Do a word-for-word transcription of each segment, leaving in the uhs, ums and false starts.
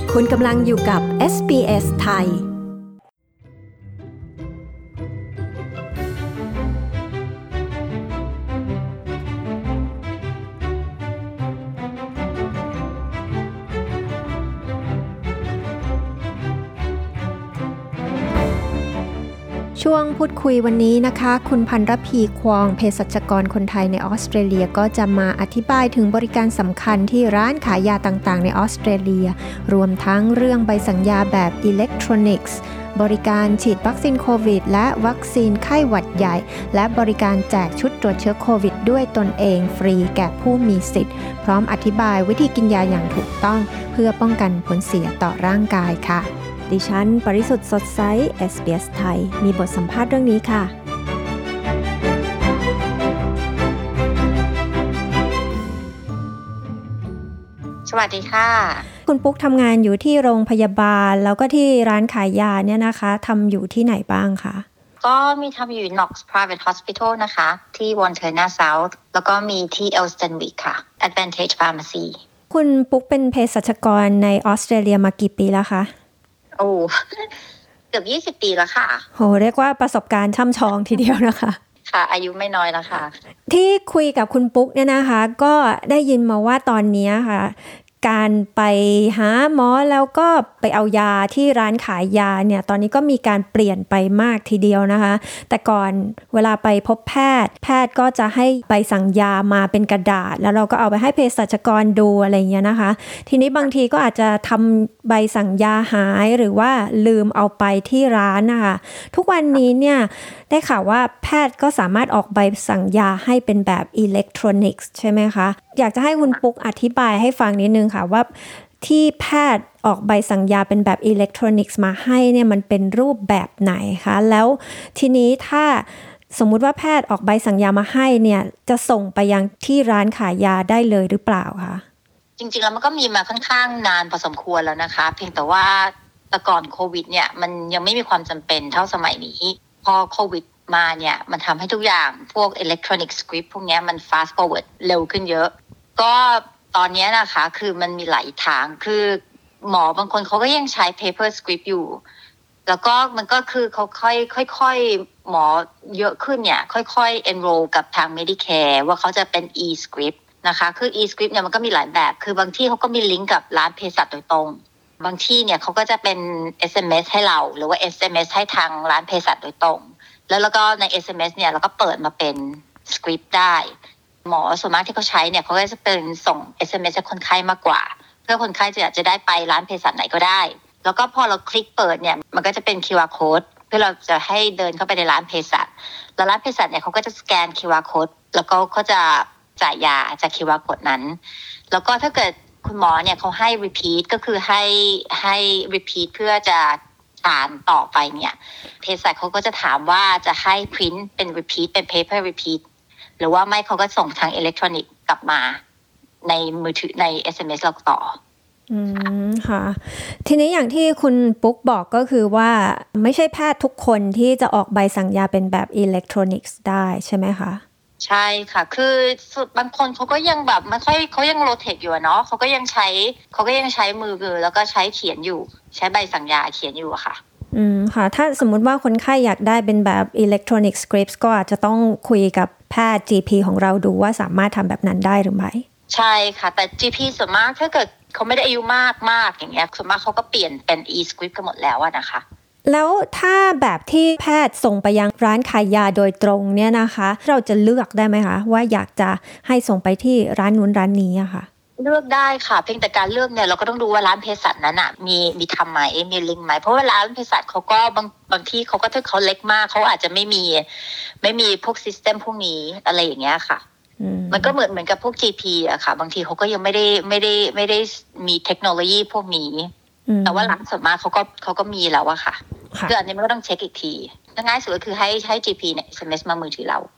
คุณกำลังอยู่กับ เอส บี เอส ไทยช่วงพูดคุยวันนี้นะคะคุณพันรพีควองเภสัชกรคนไทยในออสเตรเลียก็จะมาอธิบายถึงบริการสำคัญที่ร้านขายยาต่างๆในออสเตรเลียรวมทั้งเรื่องใบสั่งยาแบบอิเล็กทรอนิกส์บริการฉีดวัคซีนโควิดและวัคซีนไข้หวัดใหญ่และบริการแจกชุดตรวจเชื้อโควิดด้วยตนเองฟรีแก่ผู้มีสิทธิ์พร้อมอธิบายวิธีกินยาอย่างถูกต้องเพื่อป้องกันผลเสียต่อร่างกายค่ะดิฉันปริสุทธิ์สดใส เอส บี เอส ไทยมีบทสัมภาษณ์เรื่องนี้ค่ะสวัสดีค่ะคุณปุ๊กทำงานอยู่ที่โรงพยาบาลแล้วก็ที่ร้านขายยาเนี่ยนะคะทำอยู่ที่ไหนบ้างคะก็มีทำอยู่ Knox Private Hospital นะคะที่ Wantirna South แล้วก็มีที่ Elsternwick ค่ะ Advantage Pharmacy คุณปุ๊กเป็นเภสัชกรในออสเตรเลียมากี่ปีแล้วคะโอ้ เกือบยี่สิบปีแล้วค่ะโหเรียกว่าประสบการณ์ช่ำชองทีเดียวนะคะค่ะอายุไม่น้อยแล้วค่ะที่คุยกับคุณปุ๊กเนี่ยนะคะก็ได้ยินมาว่าตอนนี้ค่ะการไปหาหมอแล้วก็ไปเอายาที่ร้านขายยาเนี่ยตอนนี้ก็มีการเปลี่ยนไปมากทีเดียวนะคะแต่ก่อนเวลาไปพบแพทย์แพทย์ก็จะให้ใบสั่งยามาเป็นกระดาษแล้วเราก็เอาไปให้เภสัชกรดูอะไรอย่างเงี้ยนะคะทีนี้บางทีก็อาจจะทำใบสั่งยาหายหรือว่าลืมเอาไปที่ร้านนะคะทุกวันนี้เนี่ยได้ข่าวว่าแพทย์ก็สามารถออกใบสั่งยาให้เป็นแบบอิเล็กทรอนิกส์ใช่ไหมคะอยากจะให้คุณปุ๊กอธิบายให้ฟังนิดนึงค่ะว่าที่แพทย์ออกใบสั่งยาเป็นแบบอิเล็กทรอนิกส์มาให้เนี่ยมันเป็นรูปแบบไหนคะแล้วทีนี้ถ้าสมมุติว่าแพทย์ออกใบสั่งยามาให้เนี่ยจะส่งไปยังที่ร้านขายยาได้เลยหรือเปล่าคะจริงๆแล้วมันก็มีมาค่อนข้างนานพอสมควรแล้วนะคะเพียงแต่ว่าแต่ก่อนโควิดเนี่ยมันยังไม่มีความจำเป็นเท่าสมัยนี้พอโควิดมาเนี่ยมันทำให้ทุกอย่างพวก electronic script พวกนี้มัน fast forward เร็วขึ้นเยอะก็ตอนนี้นะคะคือมันมีหลายทางคือหมอบางคนเขาก็ยังใช้ paper script อยู่แล้วก็มันก็คือเขาค่อยค่อยๆหมอเยอะขึ้นเนี่ยค่อยๆ enroll กับทาง Medicare ว่าเขาจะเป็น e-script นะคะคือ e-script เนี่ยมันก็มีหลายแบบคือบางที่เขาก็มีลิงก์กับร้านเภสัชโดยตรงบางที่เนี่ยเขาก็จะเป็น เอส เอ็ม เอส ให้เราหรือว่า เอส เอ็ม เอส ให้ทางร้านเภสัชโดยตรงแล้วแล้วก็ใน เอส เอ็ม เอส เนี่ยเราก็เปิดมาเป็นสคริปต์ได้หมอส่วนมากที่เขาใช้เนี่ยเขาก็จะเป็นส่ง เอส เอ็ม เอส ให้คนไข้มากกว่าเพื่อคนไข้จะจะได้ไปร้านเภสัชไหนก็ได้แล้วก็พอเราคลิกเปิดเนี่ยมันก็จะเป็น คิว อาร์ code เพื่อเราจะให้เดินเข้าไปในร้านเภสัชแล้วร้านเภสัชเนี่ยเขาก็จะสแกน คิว อาร์ code แล้วก็เขาจะจ่ายยาจาก คิว อาร์ code นั้นแล้วก็ถ้าเกิดคุณหมอเนี่ยเขาให้ repeat ก็คือให้ให้ repeat เพื่อจะอ่านต่อไปเนี่ยเภสัชเขาก็จะถามว่าจะให้ print เป็น repeat เป็น paper repeat หรือว่าไม่เขาก็ส่งทางอิเล็กทรอนิกส์กลับมาในมือถือใน เอส เอ็ม เอส เราต่ออืมค่ะทีนี้อย่างที่คุณปุ๊กบอกก็คือว่าไม่ใช่แพทย์ทุกคนที่จะออกใบสั่งยาเป็นแบบอิเล็กทรอนิกส์ได้ใช่ไหมคะใช่ค่ะคือบางคนเขาก็ยังแบบไม่ค่อยเขายังโรเทตอยู่เนาะเขาก็ยังใช้เขาก็ยังใช้มือแล้วก็ใช้เขียนอยู่ใช้ใบสั่งยาเขียนอยู่ค่ะอืมค่ะถ้าสมมุติว่าคนไข้อยากได้เป็นแบบ electronic scripts ก็อาจจะต้องคุยกับแพทย์ จี พี ของเราดูว่าสามารถทำแบบนั้นได้หรือไม่ใช่ค่ะแต่ จี พี ส่วนมากถ้าเกิดเขาไม่ได้อายุมากมากอย่างเงี้ยส่วนมากเขาก็เปลี่ยนเป็น e-script กันหมดแล้วนะคะแล้วถ้าแบบที่แพทย์ส่งไปยังร้านขายยาโดยตรงเนี่ยนะคะเราจะเลือกได้ไหมคะว่าอยากจะให้ส่งไปที่ร้านนู้นร้านนี้อะค่ะเลือกได้ค่ะเพียงแต่การเลือกเนี่ยเราก็ต้องดูว่าร้านเภสัชนั้นอ่ะมีมีทำไหมมีลิงก์ไหมเพราะว่าร้านเภสัชเขาก็บางบางที่เขาก็ถ้าเขาเล็กมากเขาอาจจะไม่มีไม่มีพวกซิสเต็มพวกนี้อะไรอย่างเงี้ยค่ะมันก็เหมือนเหมือนกับพวก จี พี อะค่ะบางทีเขาก็ยังไม่ได้ไม่ได้ไม่ได้มีเทคโนโลยีพวกนี้แต่ว่าหลังส่วนมากเขาก็เขาก็มีแล้วอะค่ะคืออันนี้มันก็ต้องเช็คอีกทีง่ายสุดก็คือให้ให้ จี พี เนี่ย เอส เอ็ม เอส มามือถือเรา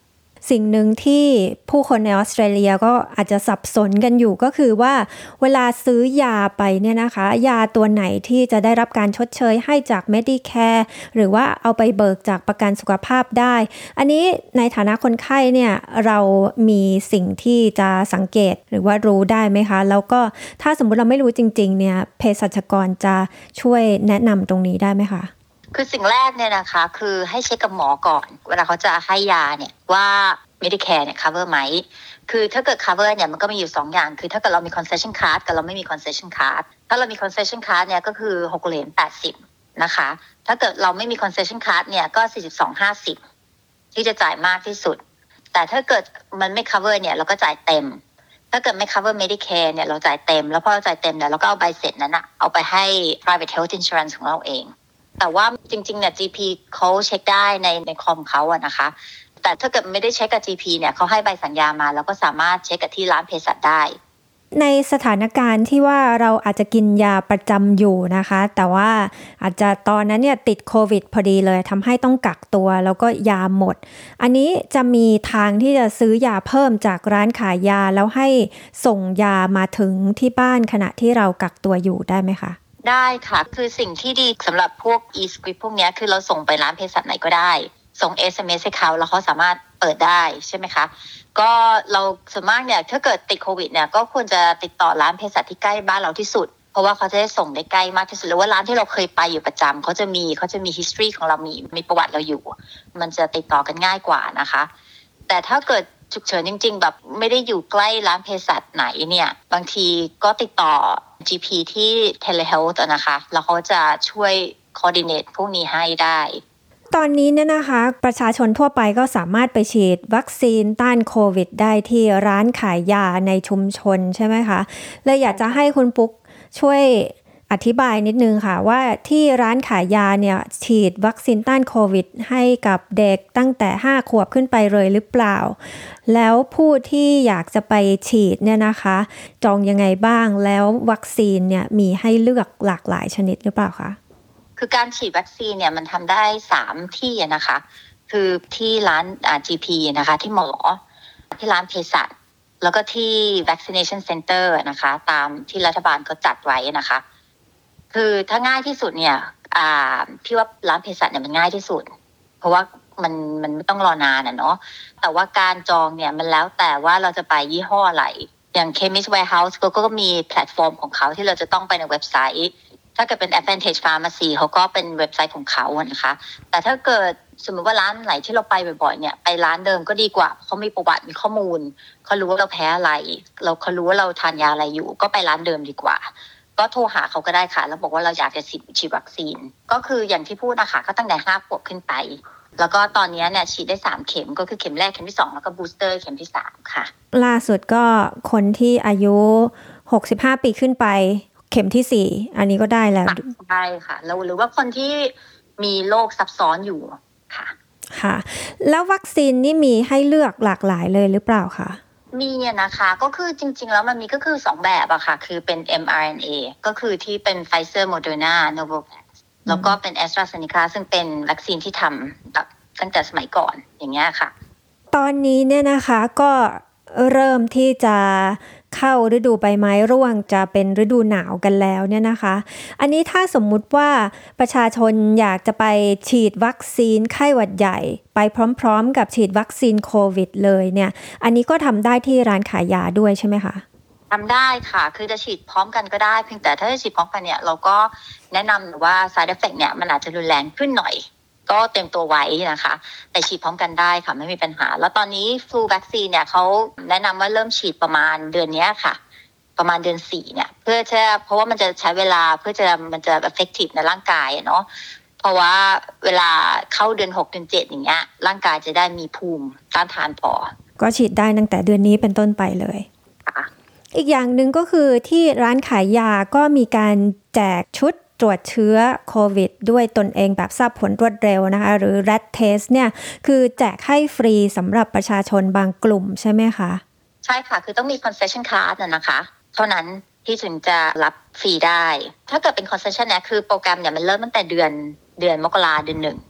สิ่งหนึ่งที่ผู้คนในออสเตรเลียก็อาจจะสับสนกันอยู่ก็คือว่าเวลาซื้อยาไปเนี่ยนะคะยาตัวไหนที่จะได้รับการชดเชยให้จาก Medicare หรือว่าเอาไปเบิกจากประกันสุขภาพได้อันนี้ในฐานะคนไข้เนี่ยเรามีสิ่งที่จะสังเกตหรือว่ารู้ได้ไหมคะแล้วก็ถ้าสมมุติเราไม่รู้จริงๆเนี่ยเภสัชกรจะช่วยแนะนำตรงนี้ได้ไหมคะคือสิ่งแรกเนี่ยนะคะคือให้เช็คกับหมอก่อนเวลาเขาจะให้ยาเนี่ยว่า Medicare เนี่ย cover ไหมคือถ้าเกิด cover เนี่ยมันก็มีอยู่สองอย่างคือถ้าเกิดเรามี concession card กับเราไม่มี concession card ถ้าเรามี concession card เนี่ยก็คือหกเหรียญแปดสิบนะคะถ้าเกิดเราไม่มี concession card เนี่ยก็สี่สิบสองห้าสิบที่จะจ่ายมากที่สุดแต่ถ้าเกิดมันไม่ cover เนี่ยเราก็จ่ายเต็มถ้าเกิดไม่ cover Medicare เนี่ยเราจ่ายเต็มแล้วพอเราจ่ายเต็มเนี่ยเราก็เอาใบเสร็จนั้นนะเอาไปให้ private health insurance ของเราเองแต่ว่าจริงๆเนี่ย จี พี เขาเช็คได้ในในคอมเขาอะนะคะแต่ถ้าเกิดไม่ได้เช็คกับ จี พี เนี่ยเขาให้ใบสัญญามาแล้วก็สามารถเช็คกับที่ร้านเภสัชได้ในสถานการณ์ที่ว่าเราอาจจะกินยาประจำอยู่นะคะแต่ว่าอาจจะตอนนั้นเนี่ยติดโควิดพอดีเลยทำให้ต้องกักตัวแล้วก็ยาหมดอันนี้จะมีทางที่จะซื้อยาเพิ่มจากร้านขายยาแล้วให้ส่งยามาถึงที่บ้านขณะที่เรากักตัวอยู่ได้ไหมคะได้ค่ะคือสิ่งที่ดีสำหรับพวก e-script พวกนี้คือเราส่งไปร้านเภสัชไหนก็ได้ส่ง เอส เอ็ม เอส ให้เขาแล้วเขาสามารถเปิดได้ใช่ไหมคะก็เราส่วนมากเนี่ยถ้าเกิดติดโควิดเนี่ยก็ควรจะติดต่อร้านเภสัชที่ใกล้บ้านเราที่สุดเพราะว่าเขาจะได้ส่งได้ใกล้มากที่สุดหรือว่าร้านที่เราเคยไปอยู่ประจำเขาจะมีเขาจะมี history ของเรามีมีประวัติเราอยู่มันจะติดต่อกันง่ายกว่านะคะแต่ถ้าเกิดฉุกเฉินจริงๆแบบไม่ได้อยู่ใกล้ร้านเภสัชไหนเนี่ยบางทีก็ติดต่อ จี พี ที่ telehealth นะคะแล้วเขาจะช่วย coordinate พวกนี้ให้ได้ตอนนี้เนี่ยนะคะประชาชนทั่วไปก็สามารถไปฉีดวัคซีนต้านโควิดได้ที่ร้านขายยาในชุมชนใช่ไหมคะเลยอยากจะให้คุณปุ๊กช่วยอธิบายนิดนึงค่ะว่าที่ร้านขายยาเนี่ยฉีดวัคซีนต้านโควิดให้กับเด็กตั้งแต่ห้าขวบขึ้นไปเลยหรือเปล่าแล้วผู้ที่อยากจะไปฉีดเนี่ยนะคะจองยังไงบ้างแล้ววัคซีนเนี่ยมีให้เลือกหลากหลายชนิดหรือเปล่าคะคือการฉีดวัคซีนเนี่ยมันทำได้สามที่นะคะคือที่ร้านอ่า จี พี นะคะที่หมอที่ร้านเภสัชแล้วก็ที่ vaccination center นะคะตามที่รัฐบาลเขาจัดไว้นะคะคือถ้าง่ายที่สุดเนี่ยอ่าพี่ว่าร้านเภสัชเนี่ยมันง่ายที่สุดเพราะว่ามันมันไม่ต้องรอนานนะเนาะแต่ว่าการจองเนี่ยมันแล้วแต่ว่าเราจะไปยี่ห้ออะไรอย่าง Chemist Warehouse ก็ก็มีแพลตฟอร์มของเขาที่เราจะต้องไปในเว็บไซต์ถ้าเกิดเป็น Advantage Pharmacy เขาก็เป็นเว็บไซต์ของเขาอะนะคะแต่ถ้าเกิดสมมติว่าร้านไหนที่เราไปบ่อยๆเนี่ยไปร้านเดิมก็ดีกว่าเขามีประวัติมีข้อมูลเขารู้ว่าเราแพ้อะไรเราเขารู้ว่าเราทานยาอะไรอยู่ก็ไปร้านเดิมดีกว่าก็โทรหาเขาก็ได้ค่ะแล้วบอกว่าเราอยากจะฉีดฉีดวัคซีนก็คืออย่างที่พูดนะคะก็ตั้งแต่ห้าขวบขึ้นไปแล้วก็ตอนนี้เนี่ยฉีดได้สามเข็มก็คือเข็มแรกเข็มที่สองแล้วก็บูสเตอร์เข็มที่สามค่ะล่าสุดก็คนที่อายุหกสิบห้าปีขึ้นไปเข็มที่สี่อันนี้ก็ได้แล้วใช่ค่ะแล้วหรือว่าคนที่มีโรคซับซ้อนอยู่ค่ะค่ะแล้ววัคซีนนี่มีให้เลือกหลากหลายเลยหรือเปล่าคะมีนะคะก็คือจริงๆแล้วมันมีก็คือสองแบบอะค่ะคือเป็น เอ็ม อาร์ เอ็น เอ ก็คือที่เป็น Pfizer Moderna Novavax แล้วก็เป็น AstraZeneca ซึ่งเป็นวัคซีนที่ทำแบบตั้งแต่สมัยก่อนอย่างเงี้ยค่ะตอนนี้เนี่ยนะคะก็เริ่มที่จะเข้าฤดูใบไม้ร่วงจะเป็นฤดูหนาวกันแล้วเนี่ยนะคะอันนี้ถ้าสมมุติว่าประชาชนอยากจะไปฉีดวัคซีนไข้หวัดใหญ่ไปพร้อมๆกับฉีดวัคซีนโควิดเลยเนี่ยอันนี้ก็ทำได้ที่ร้านขายยาด้วยใช่ไหมคะทำได้ค่ะคือจะฉีดพร้อมกันก็ได้เพียงแต่ถ้าจะฉีดพร้อมกันเนี่ยเราก็แนะนำว่า side effect เนี่ยมันอาจจะรุนแรงขึ้นหน่อยก็เตรียมตัวไว้นะคะแต่ฉีดพร้อมกันได้ค่ะไม่มีปัญหาแล้วตอนนี้ฟลูวัคซีนเนี่ยเขาแนะนำว่าเริ่มฉีดประมาณเดือนนี้ค่ะประมาณเดือนสี่เนี่ยเพื่อจะเพราะว่ามันจะใช้เวลาเพื่อจะมันจะ effective ในร่างกายเนาะเพราะว่าเวลาเข้าเดือนหกเดือนเจ็ดอย่างเงี้ยร่างกายจะได้มีภูมิต้านทานพอก็ฉีดได้ตั้งแต่เดือนนี้เป็นต้นไปเลยอีกอย่างหนึ่งก็คือที่ร้านขายยาก็มีการแจกชุดตรวจเชื้อโควิดด้วยตนเองแบบทราบผลรวดเร็วนะคะหรือ Rat Test เนี่ยคือแจกให้ฟรีสำหรับประชาชนบางกลุ่มใช่ไหมคะใช่ค่ะคือต้องมี concession card นะคะเท่านั้นที่ถึงจะรับฟรีได้ถ้าเกิดเป็น concession เนี่ยคือโปรแกรมเนี่ยมันเริ่มตั้งแต่เดือนเดือนมกราเดือนหนึ่ง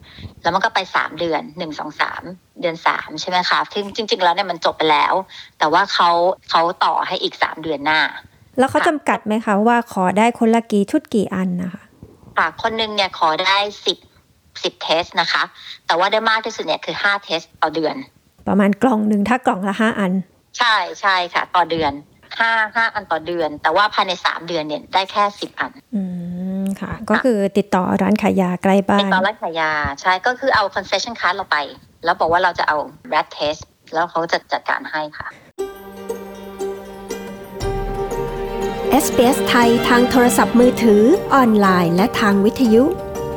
แล้วมันก็ไปสามเดือนหนึ่ง สอง สามเดือนสามใช่ไหมคะซึ่งจริงๆแล้วเนี่ยมันจบไปแล้วแต่ว่าเขาเขาต่อให้อีกสามเดือนหน้าแล้วเขาจำกัดไหมคะว่าขอได้คนละกี่ชุดกี่อันนะคะค่ะคนนึงเนี่ยขอได้สิบ สิบเทสนะคะแต่ว่าได้มากที่สุดเนี่ยคือห้าเทสต่อเดือนประมาณกล่องนึงถ้ากล่องละห้าอันใช่ใช่ค่ะต่อเดือนห้า ห้าอันต่อเดือนแต่ว่าภายในสามเดือนเนี่ยได้แค่สิบอันอืมค่ะก็คือติดต่อร้านขายยาใกล้บ้านติดต่อร้านขายยาใช่ก็คือเอา concession card เราไปแล้วบอกว่าเราจะเอา rat test แล้วเขาจะจัดการให้ค่ะเอส บี เอส ไทยทางโทรศัพท์มือถือออนไลน์และทางวิทยุ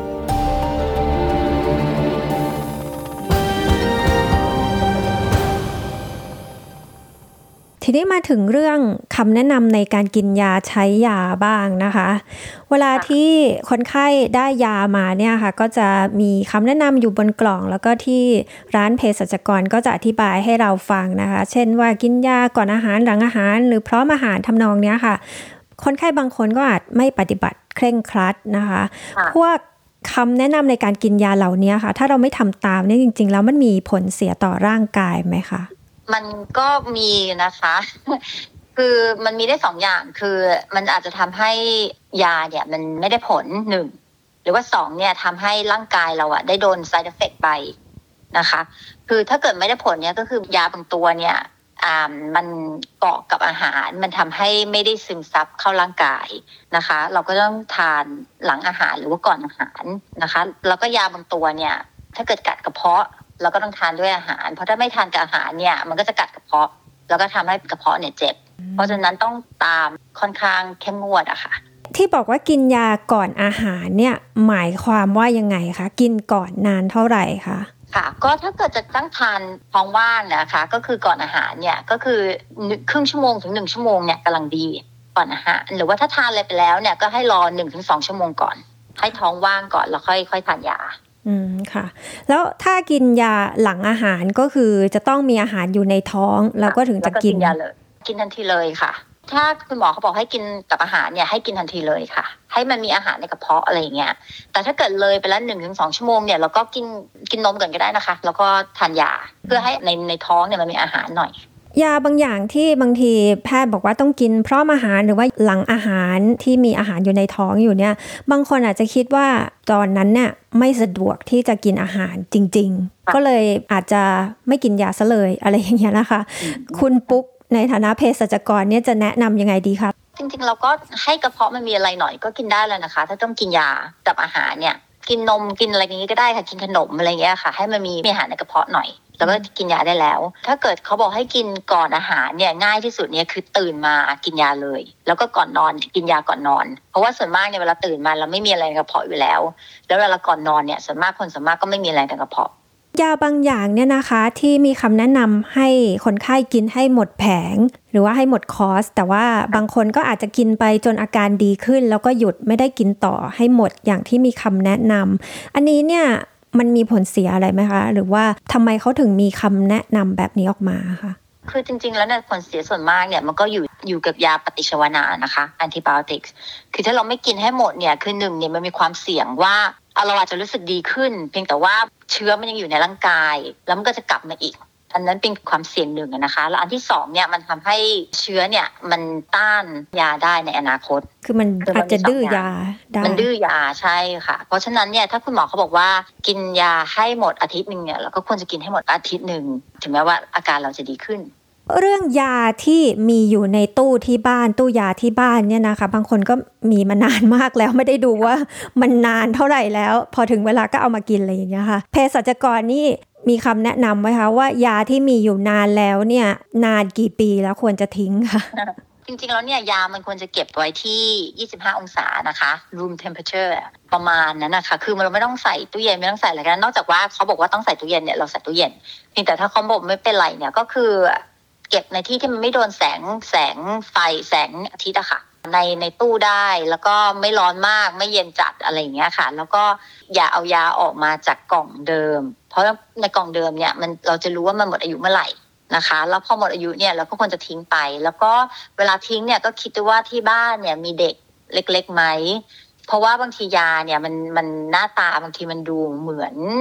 ทีนี้มาถึงเรื่องคำแนะนำในการกินยาใช้ยาบ้างนะคะเวลาที่คนไข้ได้ยามาเนี่ยค่ะก็จะมีคำแนะนำอยู่บนกล่องแล้วก็ที่ร้านเภสัชกรก็จะอธิบายให้เราฟังนะคะเช่นว่ากินยาก่อนอาหารหลังอาหารหรือพร้อมอาหารทำนองเนี้ยค่ะคนไข้บางคนก็อาจไม่ปฏิบัติเคร่งครัดนะคะพวกคำแนะนำในการกินยาเหล่านี้ค่ะถ้าเราไม่ทำตามเนี่ยจริงๆแล้วมันมีผลเสียต่อร่างกายไหมคะมันก็มีนะคะคือมันมีได้สองอย่างคือมันอาจจะทำให้ยาเนี่ยมันไม่ได้ผลหนึ่งหรือว่าสองเนี่ยทำให้ร่างกายเราอะได้โดน side effect ไปนะคะคือถ้าเกิดไม่ได้ผลเนี่ยก็คือยาบางตัวเนี่ยอ่ามันเกาะกับอาหารมันทำให้ไม่ได้ซึมซับเข้าร่างกายนะคะเราก็ต้องทานหลังอาหารหรือว่าก่อนอาหารนะคะแล้วก็ยาบางตัวเนี่ยถ้าเกิดกัดกระเพาะเราก็ต้องทานด้วยอาหารเพราะถ้าไม่ทานกับอาหารเนี่ยมันก็จะกัดกระเพาะแล้วก็ทำให้กระเพาะเนี่ยเจ็บเพราะฉะนั้นต้องตามค่อนข้างเข้มงวดอะค่ะที่บอกว่ากินยาก่อนอาหารเนี่ยหมายความว่ายังไงคะกินก่อนนานเท่าไหร่คะค่ะก็ถ้าเกิดจะตั้งทานท้องว่างนะคะก็คือก่อนอาหารเนี่ยก็คือครึ่งชั่วโมงถึงหนึ่งชั่วโมงเนี่ยกำลังดีก่อนอาหารหรือว่าถ้าทานอะไรไปแล้วเนี่ยก็ให้รอ หนึ่งถึงสอง ชั่วโมงก่อนให้ท้องว่างก่อนแล้วค่อยค่อยทานยาอืมค่ะแล้วถ้ากินยาหลังอาหารก็คือจะต้องมีอาหารอยู่ในท้องแล้วก็ถึงจะกินยาเลยกินทันทีเลยค่ะถ้าคุณหมอเขาบอกให้กินกับอาหารเนี่ยให้กินทันทีเลยค่ะให้มันมีอาหารในกระเพาะอะไรอย่างเงี้ยแต่ถ้าเกิดเลยไปแล้ว หนึ่งถึงสอง ชั่วโมงเนี่ยเราก็กินกินนมก่อนก็ได้นะคะแล้วก็ทานยาเพื่อให้ในในท้องเนี่ยมันมีอาหารหน่อยยาบางอย่างที่บางทีแพทย์บอกว่าต้องกินพร้อมอาหารหรือว่าหลังอาหารที่มีอาหารอยู่ในท้องอยู่เนี่ยบางคนอาจจะคิดว่าตอนนั้นเนี่ยไม่สะดวกที่จะกินอาหารจริงๆก็เลยอาจจะไม่กินยาซะเลยอะไรอย่างเงี้ยนะคะคุณปุ๊กในฐานะเภสัชกรเนี่ยจะแนะนำยังไงดีคะจริงๆเราก็ให้กระเพาะมันมีอะไรหน่อยก็กินได้แล้วนะคะถ้าต้องกินยากับอาหารเนี่ยกินนมกินอะไรอย่างนี้ก็ได้ค่ะกินขนมอะไรเงี้ยค่ะให้มันมีอาหารในกระเพาะหน่อยแล้วก็กินยาได้แล้วถ้าเกิดเขาบอกให้กินก่อนอาหารเนี่ยง่ายที่สุดเนี่ยคือตื่นมากินยาเลยแล้วก็ก่อนนอนกินยาก่อนนอนเพราะว่าส่วนมากเนี่ยเวลาตื่นมาเราไม่มีอะไรในกระเพาะอยู่แล้วแล้วเวลาก่อนนอนเนี่ยส่วนมากคนส่วนมากก็ไม่มีอะไรในกระเพาะยาบางอย่างเนี่ยนะคะที่มีคำแนะนำให้คนไข้กินให้หมดแผงหรือว่าให้หมดคอร์สแต่ว่าบางคนก็อาจจะกินไปจนอาการดีขึ้นแล้วก็หยุดไม่ได้กินต่อให้หมดอย่างที่มีคำแนะนำอันนี้เนี่ยมันมีผลเสียอะไรไหมคะหรือว่าทำไมเขาถึงมีคำแนะนำแบบนี้ออกมาคะคือจริงๆแล้วเนี่ยผลเสียส่วนมากเนี่ยมันก็อยู่อยู่กับยาปฏิชีวนะนะคะ antibiotics คือถ้าเราไม่กินให้หมดเนี่ยคือหนึ่งเนี่ยมันมีความเสี่ยงว่าเราอาจจะรู้สึกดีขึ้นเพียงแต่ว่าเชื้อมันยังอยู่ในร่างกายแล้วมันก็จะกลับมาอีกอันนั้นเป็นความเสี่ยงหนึ่งนะคะแล้วอันที่สองเนี่ยมันทำให้เชื้อเนี่ยมันต้านยาได้ในอนาคตคือมันอาจจะดื้อยาได้มันดื้อยาใช่ค่ะเพราะฉะนั้นเนี่ยถ้าคุณหมอเขาบอกว่ากินยาให้หมดอาทิตย์นึงเนี่ยเราก็ควรจะกินให้หมดอาทิตย์นึงถึงแม้ว่าอาการเราจะดีขึ้นเรื่องยาที่มีอยู่ในตู้ที่บ้านตู้ยาที่บ้านเนี่ยนะคะบางคนก็มีมานานมากแล้วไม่ได้ดูว่ามันนานเท่าไหร่แล้วพอถึงเวลาก็เอามากินอะไรอย่างเงี้ยค่ะเภสัชกรนี่มีคำแนะนำไหมคะว่ายาที่มีอยู่นานแล้วเนี่ยนานกี่ปีแล้วควรจะทิ้งค่ะจริงๆแล้วเนี่ยยามันควรจะเก็บไว้ที่ยี่สิบห้าองศานะคะ room temperature ประมาณนั้นนะคะคือเราไม่ต้องใส่ตู้เย็นไม่ต้องใส่อะไรกันนอกจากว่าเขาบอกว่าต้องใส่ตู้เย็นเนี่ยเราใส่ตู้เย็นเพียงแต่ถ้าเขาบอกไม่เป็นไรเนี่ยก็คือเก็บในที่ที่มันไม่โดนแสงแสงไฟแสงอาทิตย์อะค่ะในในตู้ได้แล้วก็ไม่ร้อนมากไม่เย็นจัดอะไรอย่างเงี้ยค่ะแล้วก็อย่าเอายาออกมาจากกล่องเดิมเพราะในกล่องเดิมเนี่ยมันเราจะรู้ว่ามันหมดอายุเมื่อไหร่นะคะแล้วพอหมดอายุเนี่ยเราก็ควรจะทิ้งไปแล้วก็เวลาทิ้งเนี่ยก็คิดดูว่าที่บ้านเนี่ยมีเด็กเล็กๆไหมเพราะว่าบางทียาเนี่ยมันมันหน้าตาบางทีมันดูเหมือน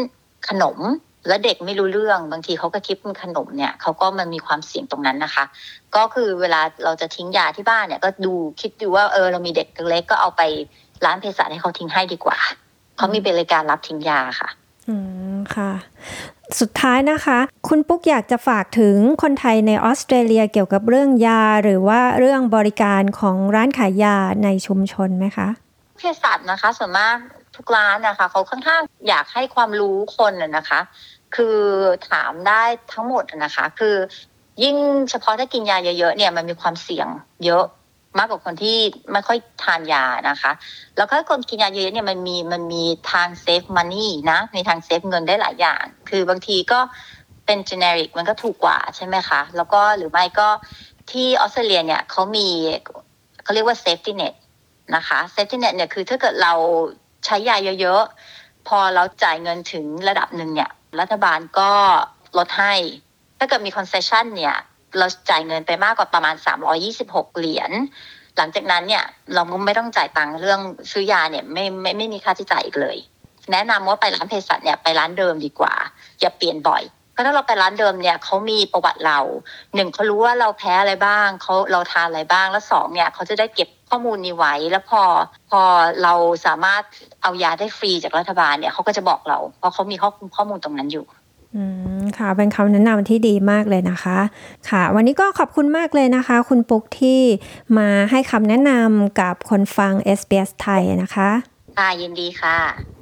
ขนมและเด็กไม่รู้เรื่องบางทีเขาก็คิดเป็นขนมเนี่ยเขาก็มันมีความเสี่ยงตรงนั้นนะคะก็คือเวลาเราจะทิ้งยาที่บ้านเนี่ยก็ดูคิดดูว่าเออเรามีเด็กเล็กก็เอาไปร้านเภสัชให้เขาทิ้งให้ดีกว่าเขามีบริการรับทิ้งยาค่ะอืมค่ะสุดท้ายนะคะคุณปุ๊กอยากจะฝากถึงคนไทยในออสเตรเลียเกี่ยวกับเรื่องยาหรือว่าเรื่องบริการของร้านขายยาในชุมชนไหมคะเภสัชนะคะส่วนมากทุกร้านนะคะเขาค่อนข้างอยากให้ความรู้คนน่ะนะคะคือถามได้ทั้งหมดนะคะคือยิ่งเฉพาะถ้ากินยาเยอะๆเนี่ยมันมีความเสี่ยงเยอะมากกว่าคนที่ไม่ค่อยทานยานะคะแล้วก็คนกินยาเยอะๆเนี่ยมันมีมันมีทางเซฟมันนี่นะในทางเซฟเงินได้หลายอย่างคือบางทีก็เป็น generic มันก็ถูกกว่าใช่ไหมคะแล้วก็หรือไม่ก็ที่ออสเตรเลียเนี่ยเขามีเขาเรียกว่า safety net นะคะ safety net เนี่ยคือถ้าเกิดเราใช้ยาเยอะๆพอเราจ่ายเงินถึงระดับหนึ่งเนี่ยรัฐบาลก็ลดให้ถ้าเกิดมี concession เนี่ยเราจ่ายเงินไปมากกว่าประมาณสามร้อยยี่สิบหกเหรียญหลังจากนั้นเนี่ยเราก็ไม่ต้องจ่ายตังค์เรื่องซื้อยาเนี่ยไม่ไม่ไม่มีค่าใช้จ่ายอีกเลยแนะนำว่าไปร้านเภสัชเนี่ยไปร้านเดิมดีกว่าอย่าเปลี่ยนบ่อยเพราะถ้าเราไปร้านเดิมเนี่ยเขามีประวัติเราหนึ่งเขารู้ว่าเราแพ้อะไรบ้างเขาเราทานอะไรบ้างแล้วสองเนี่ยเขาจะได้เก็บข้อมูลนี้ไว้แล้วพอพอเราสามารถเอายาได้ฟรีจากรัฐบาลเนี่ยเขาก็จะบอกเราเพราะเขามีข้อข้อมูลตรงนั้นอยู่อืมค่ะเป็นคำแนะนำที่ดีมากเลยนะคะค่ะวันนี้ก็ขอบคุณมากเลยนะคะคุณปุ๊กที่มาให้คำแนะนำกับคนฟัง เอส บี เอส ไทยนะคะค่ะยินดีค่ะ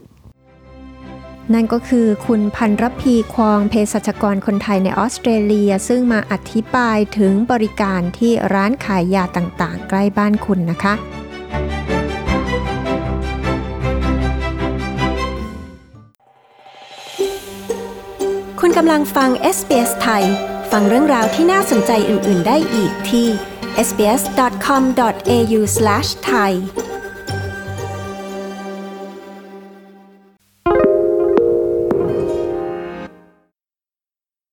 นั่นก็คือคุณพันรพีควองเภสัชกรคนไทยในออสเตรเลียซึ่งมาอธิบายถึงบริการที่ร้านขายยาต่างๆใกล้บ้านคุณนะคะคุณกำลังฟัง เอส บี เอส ไทยฟังเรื่องราวที่น่าสนใจอื่นๆได้อีกที่ เอส บี เอส ดอท คอม ดอท เอ ยู สแลช ไทย